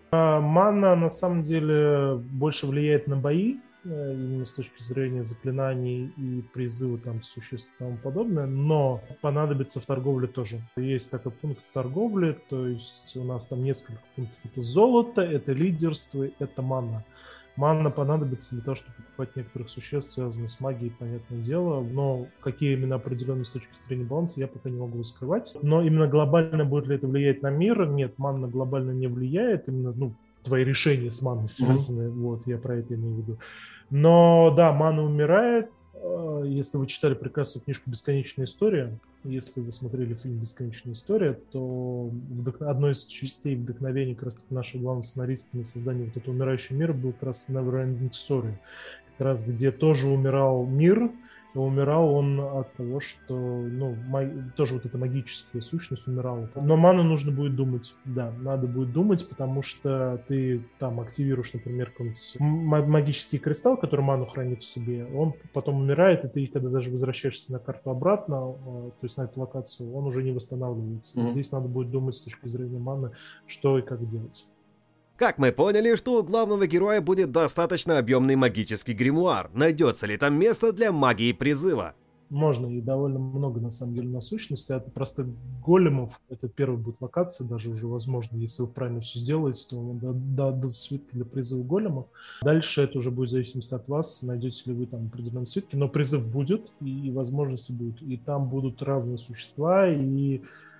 Мана, на самом деле, больше влияет на бои, именно с точки зрения заклинаний и призыва там существ и тому подобное, но понадобится в торговле тоже. Есть такой пункт торговли, то есть у нас там несколько пунктов. Это золото, это лидерство, это мана. Мана понадобится для того, чтобы покупать некоторых существ, связанных с магией, понятное дело, но какие именно определенные с точки зрения баланса, я пока не могу раскрывать. Но именно глобально будет ли это влиять на мир? Нет, мана глобально не влияет, именно, ну, твои решения с маной связаны, mm-hmm. вот, я про это имею в виду. Но, да, мана умирает. Если вы читали прекрасную книжку «Бесконечная история», если вы смотрели фильм «Бесконечная история», то вдох... одной из частей вдохновения как раз нашего главного сценариста на создание вот этого умирающего мира был как раз Neverending Story, как раз где тоже умирал мир, и умирал он от того, что, ну, маг... тоже вот эта магическая сущность умирала. Но ману нужно будет думать, да, надо будет думать, потому что ты там активируешь, например, какой-нибудь магический кристалл, который ману хранит в себе, он потом умирает, и ты, когда даже возвращаешься на карту обратно, то есть на эту локацию, он уже не восстанавливается. Mm-hmm. Здесь надо будет думать с точки зрения маны, что и как делать. Как мы поняли, что у главного героя будет достаточно объемный магический гримуар. Найдется ли там место для магии призыва? Можно, и довольно много, на самом деле, насущностей. От простых големов, это первая будет локация, даже уже возможно, если вы правильно все сделаете, то вам дадут свитки для призыва големов. Дальше это уже будет в зависимости от вас, найдете ли вы там определенные свитки, но призыв будет, и возможности будут. И там будут разные существа, и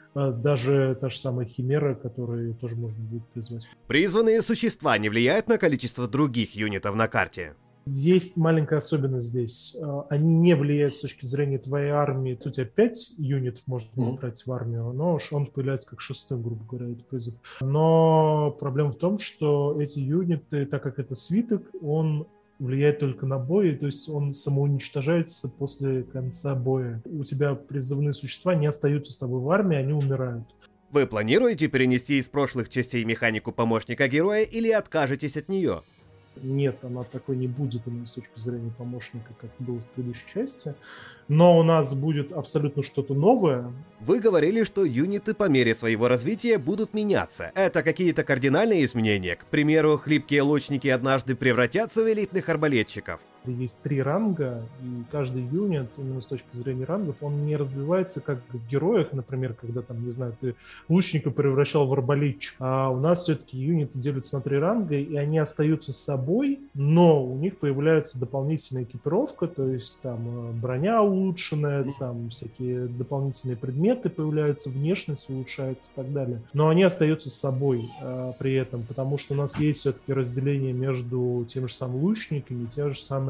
даже та же самая химера, которую тоже можно будет призвать. Призванные существа не влияют на количество других юнитов на карте? Есть маленькая особенность здесь. Они не влияют с точки зрения твоей армии. У тебя пять юнитов можно mm-hmm. брать в армию, но он появляется как шестой, грубо говоря, этот призыв. Но проблема в том, что эти юниты, так как это свиток, он влияет только на бой, то есть он самоуничтожается после конца боя. У тебя призывные существа не остаются с тобой в армии, они умирают. Вы планируете перенести из прошлых частей механику помощника героя или откажетесь от нее? Нет, она такой не будет именно с точки зрения помощника, как было в предыдущей части. Но у нас будет абсолютно что-то новое. Вы говорили, что юниты по мере своего развития будут меняться. Это какие-то кардинальные изменения? К примеру, хлипкие лучники однажды превратятся в элитных арбалетчиков? Есть три ранга, и каждый юнит, именно с точки зрения рангов, он не развивается как в героях, например, когда там, не знаю, ты лучника превращал в арбалетчика. А у нас все-таки юниты делятся на три ранга, и они остаются с собой, но у них появляется дополнительная экипировка, то есть там броня улучшенная, там всякие дополнительные предметы появляются, внешность улучшается и так далее. Но они остаются с собой а, при этом, потому что у нас есть все-таки разделение между тем же самым лучниками и тем же самыми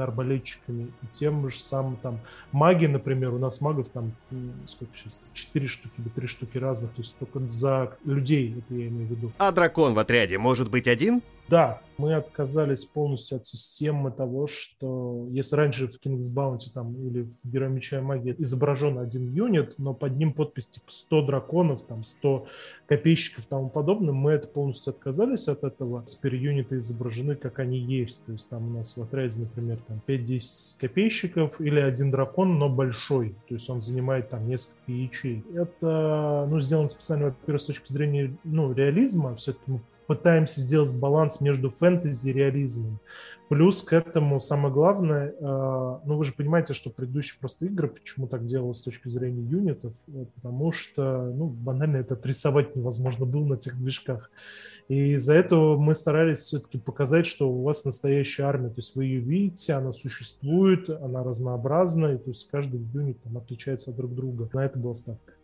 самыми арбалетчиками и тем же самым там маги, например, у нас магов там сколько сейчас, четыре штуки или три штуки разных, то есть только за людей, это я имею в виду. А дракон в отряде может быть один? Да, мы отказались полностью от системы того, что если раньше в King's Bounty там, или в Герой Меча и Магии изображен один юнит, но под ним подпись типа сто драконов, там сто копейщиков и тому подобное, мы это полностью отказались от этого. Теперь юниты изображены, как они есть. То есть там у нас в отряде, например, там пять-десять копейщиков или один дракон, но большой. То есть он занимает там несколько ячеек. Это ну, сделано специально, во-первых, с точки зрения ну, реализма. Все-таки мы пытаемся сделать баланс между фэнтези и реализмом. Плюс к этому самое главное, э, ну вы же понимаете, что предыдущие просто игры, почему так делалось с точки зрения юнитов, потому что, ну, банально это отрисовать невозможно было на тех движках. И из-за этого мы старались все-таки показать, что у вас настоящая армия, то есть вы ее видите, она существует, она разнообразна, и то есть каждый юнит там отличается от друг друга. На это была ставка.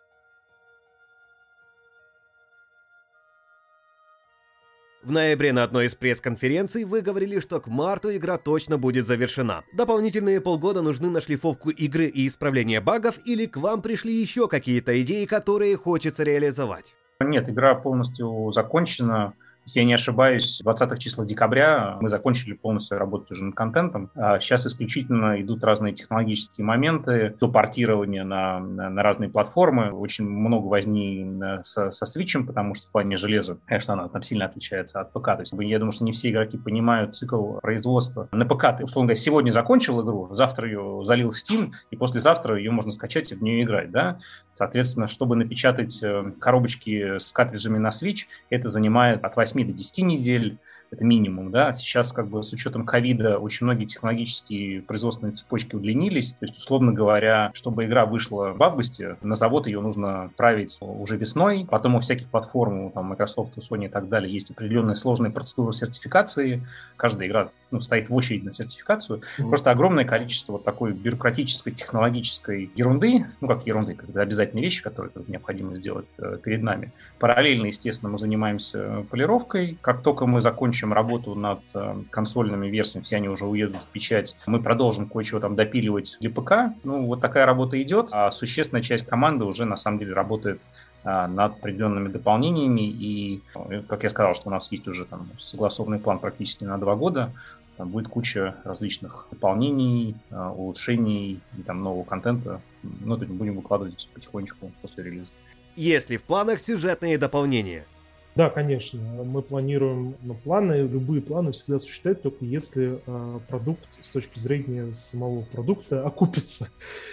В ноябре на одной из пресс-конференций вы говорили, что к марту игра точно будет завершена. Дополнительные полгода нужны на шлифовку игры и исправление багов, или к вам пришли еще какие-то идеи, которые хочется реализовать? Нет, игра полностью закончена. Если я не ошибаюсь, в двадцатых числах декабря мы закончили полностью работать уже над контентом. А сейчас исключительно идут разные технологические моменты, до портирования на, на, на разные платформы. Очень много возни со, со Switch, потому что в плане железа, конечно, она там сильно отличается от ПК. То есть я думаю, что не все игроки понимают цикл производства. На ПК ты, условно говоря, сегодня закончил игру, завтра ее залил в Steam, и послезавтра ее можно скачать и в нее играть. Да? Соответственно, чтобы напечатать коробочки с картриджами на Switch, это занимает от восьми до десяти недель, это минимум, да, сейчас как бы с учетом ковида очень многие технологические производственные цепочки удлинились, то есть, условно говоря, чтобы игра вышла в августе, на завод ее нужно отправить уже весной, потом у всяких платформ, там, Microsoft, Sony и так далее, есть определенные сложные процедуры сертификации, каждая игра ну, стоит в очереди на сертификацию, mm-hmm. просто огромное количество вот такой бюрократической, технологической ерунды, ну, как ерунды, когда обязательные вещи, которые необходимо сделать э, перед нами. Параллельно, естественно, мы занимаемся полировкой, как только мы закончим работу над э, консольными версиями, все они уже уедут в печать, мы продолжим кое-чего там допиливать для ПК. Ну, вот такая работа идет, а существенная часть команды уже, на самом деле, работает э, над определенными дополнениями, и, э, как я сказал, что у нас есть уже там согласованный план практически на два года, там будет куча различных дополнений, э, улучшений и там нового контента, ну, то есть будем выкладывать потихонечку после релиза. Есть ли в планах сюжетные дополнения? Да, конечно. Мы планируем, но планы, любые планы всегда существуют, только если э, продукт с точки зрения самого продукта окупится.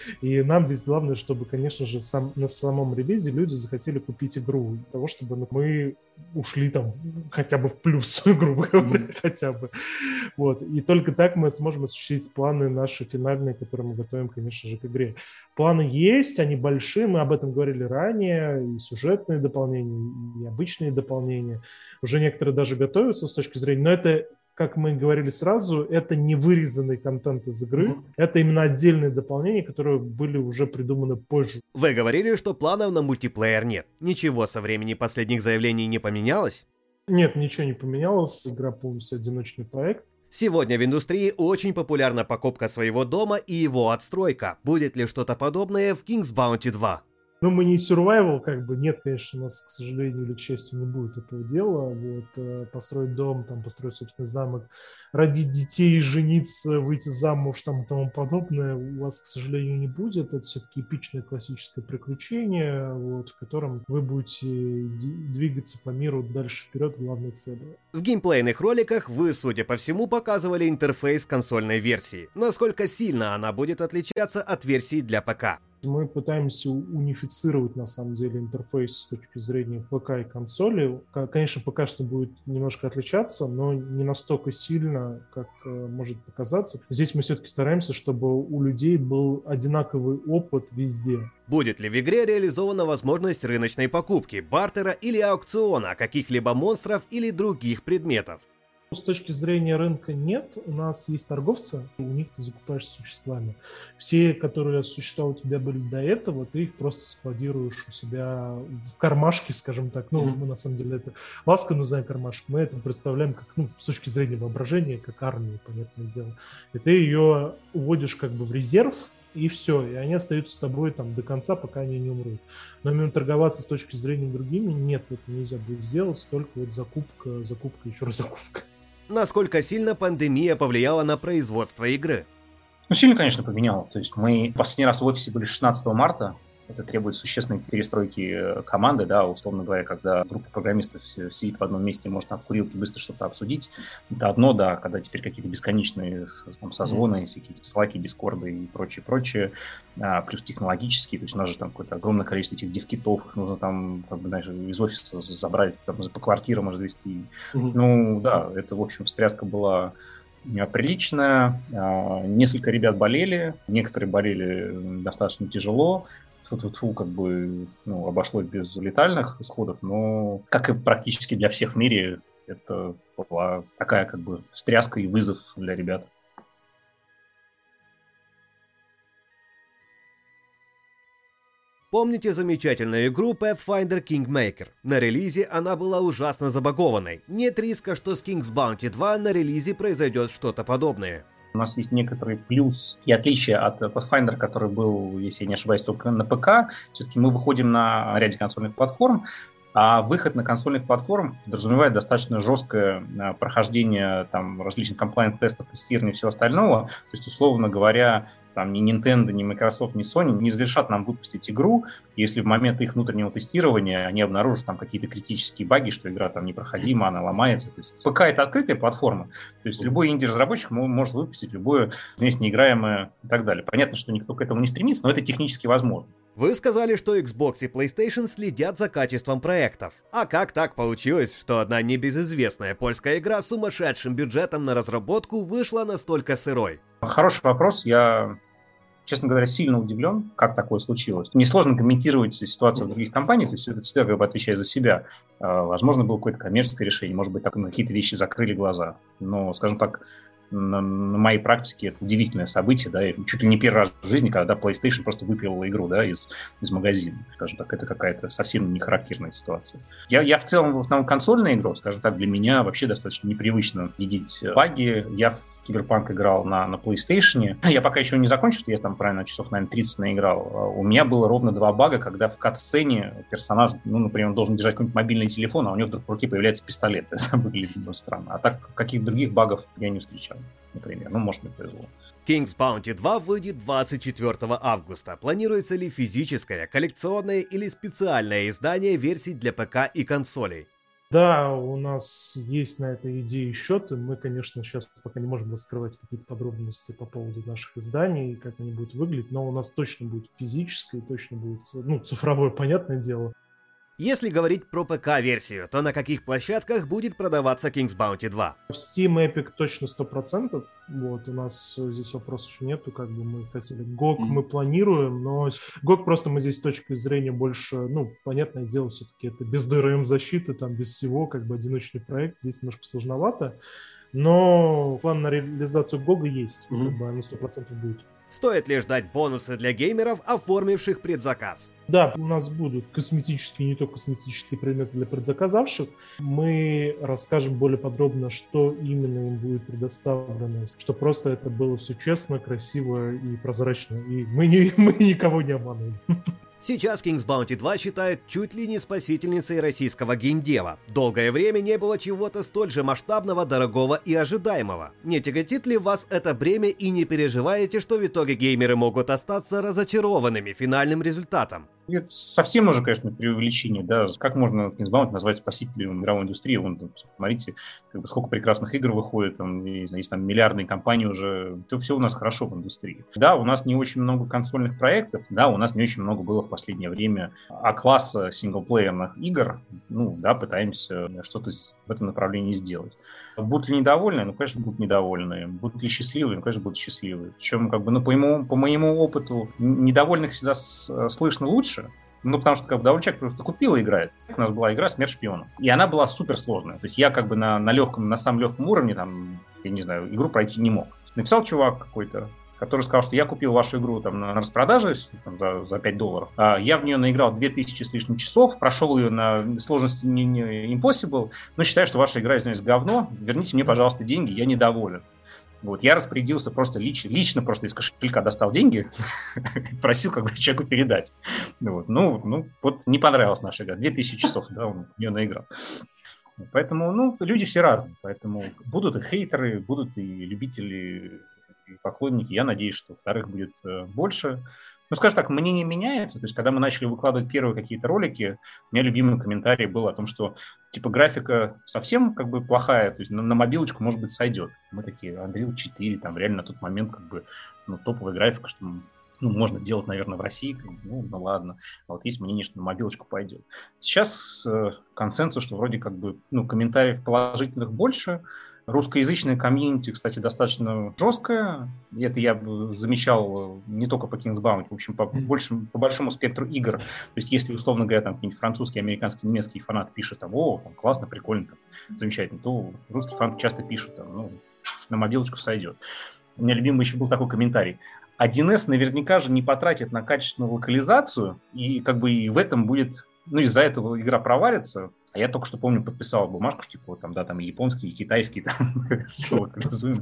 И нам здесь главное, чтобы, конечно же, сам, на самом релизе люди захотели купить игру, для того, чтобы мы ушли там хотя бы в плюс, грубо говоря, mm-hmm. хотя бы. Вот. И только так мы сможем осуществить планы наши финальные, которые мы готовим, конечно же, к игре. Планы есть, они большие, мы об этом говорили ранее, и сюжетные дополнения, и обычные дополнения. Уже некоторые даже готовятся с точки зрения, но это, как мы говорили сразу, это не вырезанный контент из игры, mm-hmm. это именно отдельные дополнения, которые были уже придуманы позже. Вы говорили, что планов на мультиплеер нет. Ничего со времени последних заявлений не поменялось? Нет, ничего не поменялось, игра полностью одиночный проект. Сегодня в индустрии очень популярна покупка своего дома и его отстройка. Будет ли что-то подобное в King's Bounty два? Ну, мы не survival, как бы, нет, конечно, у нас, к сожалению или к счастью, не будет этого дела. Вот, построить дом, там, построить собственный замок, родить детей, жениться, выйти замуж, там, и тому подобное у вас, к сожалению, не будет. Это все-таки эпичное классическое приключение, вот, в котором вы будете двигаться по миру дальше вперед к главной цели. В геймплейных роликах вы, судя по всему, показывали интерфейс консольной версии. Насколько сильно она будет отличаться от версии для ПК? Мы пытаемся унифицировать, на самом деле, интерфейс с точки зрения ПК и консоли. Конечно, ПК что будет немножко отличаться, но не настолько сильно, как может показаться. Здесь мы все-таки стараемся, чтобы у людей был одинаковый опыт везде. Будет ли в игре реализована возможность рыночной покупки, бартера или аукциона каких-либо монстров или других предметов? С точки зрения рынка нет. У нас есть торговцы, у них ты закупаешь существами. Все, которые существа у тебя были до этого, ты их просто складируешь у себя в кармашке, скажем так. Ну, mm-hmm. мы на самом деле это ласково называем кармашек. Мы это представляем как, ну, с точки зрения воображения, как армию, понятное дело. И ты ее уводишь как бы в резерв, и все, и они остаются с тобой там до конца, пока они не умрут. Но именно торговаться с точки зрения другими, нет, это нельзя будет сделать, только вот закупка, закупка, еще раз закупка. Насколько сильно пандемия повлияла на производство игры? Ну, сильно, конечно, поменяла. То есть мы последний раз в офисе были шестнадцатого марта. Это требует существенной перестройки команды, да, условно говоря, когда группа программистов сидит в одном месте, может в курилке быстро что-то обсудить. Это одно, да, когда теперь какие-то бесконечные там созвоны, всякие слаки, дискорды и прочее, прочее, а, плюс технологические, то есть у нас же там какое-то огромное количество этих девкитов, их нужно там, как бы, знаешь, из офиса забрать, там, по квартирам развести. Mm-hmm. Ну, да, это, в общем, встряска была приличная. Несколько ребят болели, некоторые болели достаточно тяжело. Фу-фу-фу, как бы, ну, обошлось без летальных исходов, но, как и практически для всех в мире, это была такая, как бы, встряска и вызов для ребят. Помните замечательную игру Pathfinder Kingmaker? На релизе она была ужасно забагованной. Нет риска, что с King's Bounty два на релизе произойдет что-то подобное. У нас есть некоторый плюс и отличие от Pathfinder, который был, если я не ошибаюсь, только на ПК. Все-таки мы выходим на ряде консольных платформ, а выход на консольных платформ подразумевает достаточно жесткое прохождение там, различных комплайнс-тестов, тестирования и всего остального. То есть, условно говоря, там ни Nintendo, ни Microsoft, ни Sony не разрешат нам выпустить игру, если в момент их внутреннего тестирования они обнаружат там какие-то критические баги, что игра там непроходима, она ломается. То есть ПК — это открытая платформа, то есть любой инди-разработчик может выпустить любое здесь неиграемое и так далее. Понятно, что никто к этому не стремится, но это технически возможно. Вы сказали, что Xbox и PlayStation следят за качеством проектов. А как так получилось, что одна небезызвестная польская игра с сумасшедшим бюджетом на разработку вышла настолько сырой? Хороший вопрос. Я, честно говоря, сильно удивлен, как такое случилось. Несложно комментировать ситуацию в других компаниях, то есть это всегда как бы отвечает за себя. Возможно, было какое-то коммерческое решение, может быть, так на какие-то вещи закрыли глаза. Но, скажем так, на, на моей практике это удивительное событие, да, и чуть ли не первый раз в жизни, когда PlayStation просто выпилила игру, да, из, из магазина. Скажем так, это какая-то совсем не характерная ситуация. Я, я в целом, в основном, консольная игра, скажем так, для меня вообще достаточно непривычно видеть баги. Я в Киберпанк играл на, на PlayStation. Я пока еще не закончил, что я там правильно часов, наверное, тридцать наиграл. У меня было ровно два бага, когда в кат-сцене персонаж, ну, например, он должен держать какой-нибудь мобильный телефон, а у него вдруг в руке появляется пистолет. Это выглядит ну, странно. А так, каких других багов я не встречал, например. Ну, может, мне повезло. King's Bounty два выйдет двадцать четвёртого августа. Планируется ли физическое, коллекционное или специальное издание версий для ПК и консолей? Да, у нас есть на этой идее счеты. Мы, конечно, сейчас пока не можем раскрывать какие-то подробности по поводу наших изданий, как они будут выглядеть, но у нас точно будет физическое, точно будет, ну, цифровое, понятное дело. Если говорить про ПК-версию, то на каких площадках будет продаваться King's Bounty два? В Steam, Epic точно сто процентов. Вот, у нас здесь вопросов нету, как бы мы хотели. джи о джи mm-hmm. мы планируем, но джи о джи просто мы здесь с точки зрения больше, ну, понятное дело, все-таки это без ди эр эм-защиты, там, без всего, как бы одиночный проект, здесь немножко сложновато. Но план на реализацию джи о джи есть, mm-hmm. как бы оно сто процентов будет. Стоит ли ждать бонусы для геймеров, оформивших предзаказ? Да, у нас будут косметические, не только косметические предметы для предзаказавших. Мы расскажем более подробно, что именно им будет предоставлено, что просто это было все честно, красиво и прозрачно. И мы, не, мы никого не обманули. Сейчас King's Bounty два считают чуть ли не спасительницей российского геймдева. Долгое время не было чего-то столь же масштабного, дорогого и ожидаемого. Не тяготит ли вас это бремя и не переживаете, что в итоге геймеры могут остаться разочарованными финальным результатом? Это совсем уже, конечно, преувеличение, да. Как можно King's Bounty назвать спасителем мировой индустрии? Вон, там, смотрите, как бы сколько прекрасных игр выходит, там, есть там миллиардные компании уже, все, все у нас хорошо в индустрии. Да, у нас не очень много консольных проектов, да, у нас не очень много было в последнее время А-класса синглплеерных игр, ну, да, пытаемся что-то в этом направлении сделать. Будут ли недовольны? Ну, конечно, будут недовольны. Будут ли счастливы? Ну, конечно, будут счастливы. Причем, как бы, ну, по моему, по моему опыту, недовольных всегда с, слышно лучше, Ну, потому что как бы довольно человек просто купил и играет. У нас была игра «Смерть шпионам». И она была суперсложная. То есть я как бы на, на легком, на самом легком уровне, там, я не знаю, игру пройти не мог. Написал чувак какой-то, который сказал, что я купил вашу игру там, на распродаже там, за, за пять долларов. А я в нее наиграл две тысячи с лишним часов, прошел ее на сложности не, не impossible, но считаю, что ваша игра, извиняюсь, говно. Верните мне, пожалуйста, деньги, я недоволен. Вот, я распорядился просто лично, лично просто из кошелька достал деньги, просил как бы человеку передать. Вот, ну, ну, вот не понравилась наша игра. две тысячи часов, да, он в нее наиграл. Поэтому, ну, люди все разные. Поэтому будут и хейтеры, будут и любители, и поклонники. Я надеюсь, что вторых будет больше. Ну, скажем так, мнение меняется. То есть, когда мы начали выкладывать первые какие-то ролики, у меня любимый комментарий был о том, что, типа, графика совсем, как бы, плохая, то есть на, на мобилочку, может быть, сойдет. Мы такие, Unreal четыре, там, реально на тот момент, как бы, ну, топовая графика, что, ну, можно делать, наверное, в России, ну, ну, ладно. А вот есть мнение, что на мобилочку пойдет. Сейчас э, консенсус, что вроде, как бы, ну, комментариев положительных больше. Русскоязычная комьюнити, кстати, достаточно жесткая. И это я замечал не только по King's Bounty, в общем, по, большему, по большому спектру игр. То есть, если, условно говоря, там какие-нибудь французские, американские, немецкие фанаты пишут, там, о, там, классно, прикольно, там, замечательно, то русские фанаты часто пишут, там, ну, на мобилочку сойдет. У меня любимый еще был такой комментарий. один эс наверняка же не потратит на качественную локализацию, и как бы и в этом будет... Ну, из-за этого игра провалится. А я только что, помню, подписал бумажку, что, типа, там, да, там и японский, и китайский, там, все локализуем.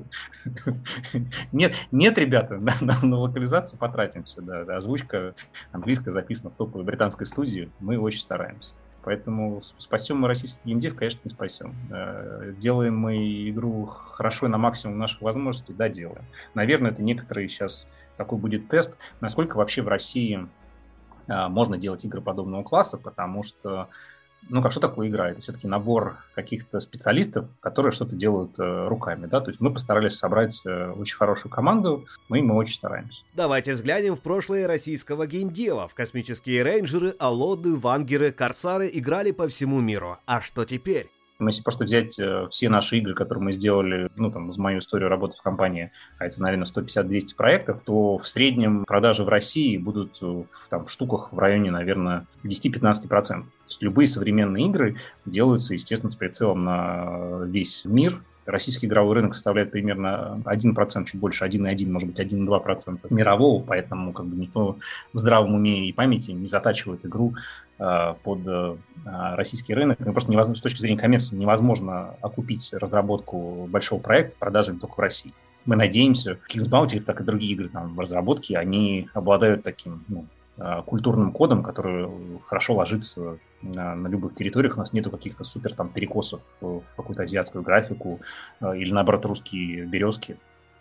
Нет, нет, ребята, на, на, на локализацию потратим все, да, да. Озвучка английская записана в топовой британской студии, мы очень стараемся. Поэтому спасем мы российский геймдев, конечно, не спасем. Делаем мы игру хорошо и на максимум наших возможностей, да, делаем. Наверное, это некоторые сейчас такой будет тест, насколько вообще в России можно делать игры подобного класса, потому что, ну, как что такое игра? Это все-таки набор каких-то специалистов, которые что-то делают э, руками, да, то есть мы постарались собрать э, очень хорошую команду, мы, мы очень стараемся. Давайте взглянем в прошлое российского геймдева. В космические рейнджеры, алоды, вангеры, корсары играли по всему миру. А что теперь? Если просто взять э, все наши игры, которые мы сделали, ну, там, за мою историю работы в компании, а это, наверное, сто пятьдесят - двести проектов, то в среднем продажи в России будут в, там, в штуках в районе, наверное, десять-пятнадцать процентов. То есть любые современные игры делаются, естественно, с прицелом на весь мир. Российский игровой рынок составляет примерно один процент, чуть больше, один целых один, может быть, один целых два процента мирового, поэтому как бы никто в здравом уме и памяти не затачивает игру э, под э, российский рынок. Ну, просто невозможно, с точки зрения коммерции невозможно окупить разработку большого проекта продажами только в России. Мы надеемся, King's Bounty, так и другие игры там, в разработке, они обладают таким, ну, культурным кодом, который хорошо ложится на, на любых территориях. У нас нету каких-то супер там перекосов в какую-то азиатскую графику или, наоборот, русские березки.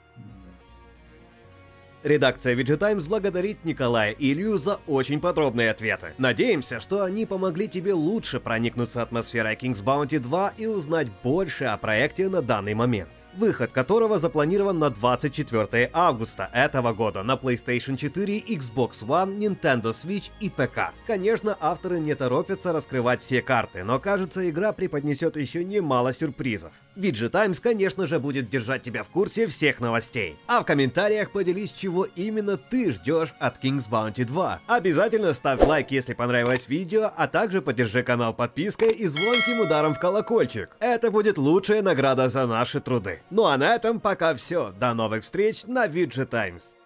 Редакция ви джи Times благодарит Николая и Илью за очень подробные ответы. Надеемся, что они помогли тебе лучше проникнуться атмосферой King's Bounty два и узнать больше о проекте на данный момент. Выход которого запланирован на двадцать четвёртое августа этого года на PlayStation четыре, Xbox One, Nintendo Switch и пэ ка. Конечно, авторы не торопятся раскрывать все карты, но кажется, игра преподнесет еще немало сюрпризов. ви джи Times, конечно же, будет держать тебя в курсе всех новостей. А в комментариях поделись, чего именно ты ждешь от King's Bounty два. Обязательно ставь лайк, если понравилось видео, а также поддержи канал подпиской и звонким ударом в колокольчик. Это будет лучшая награда за наши труды. Ну а на этом пока все. До новых встреч на ви джи Times.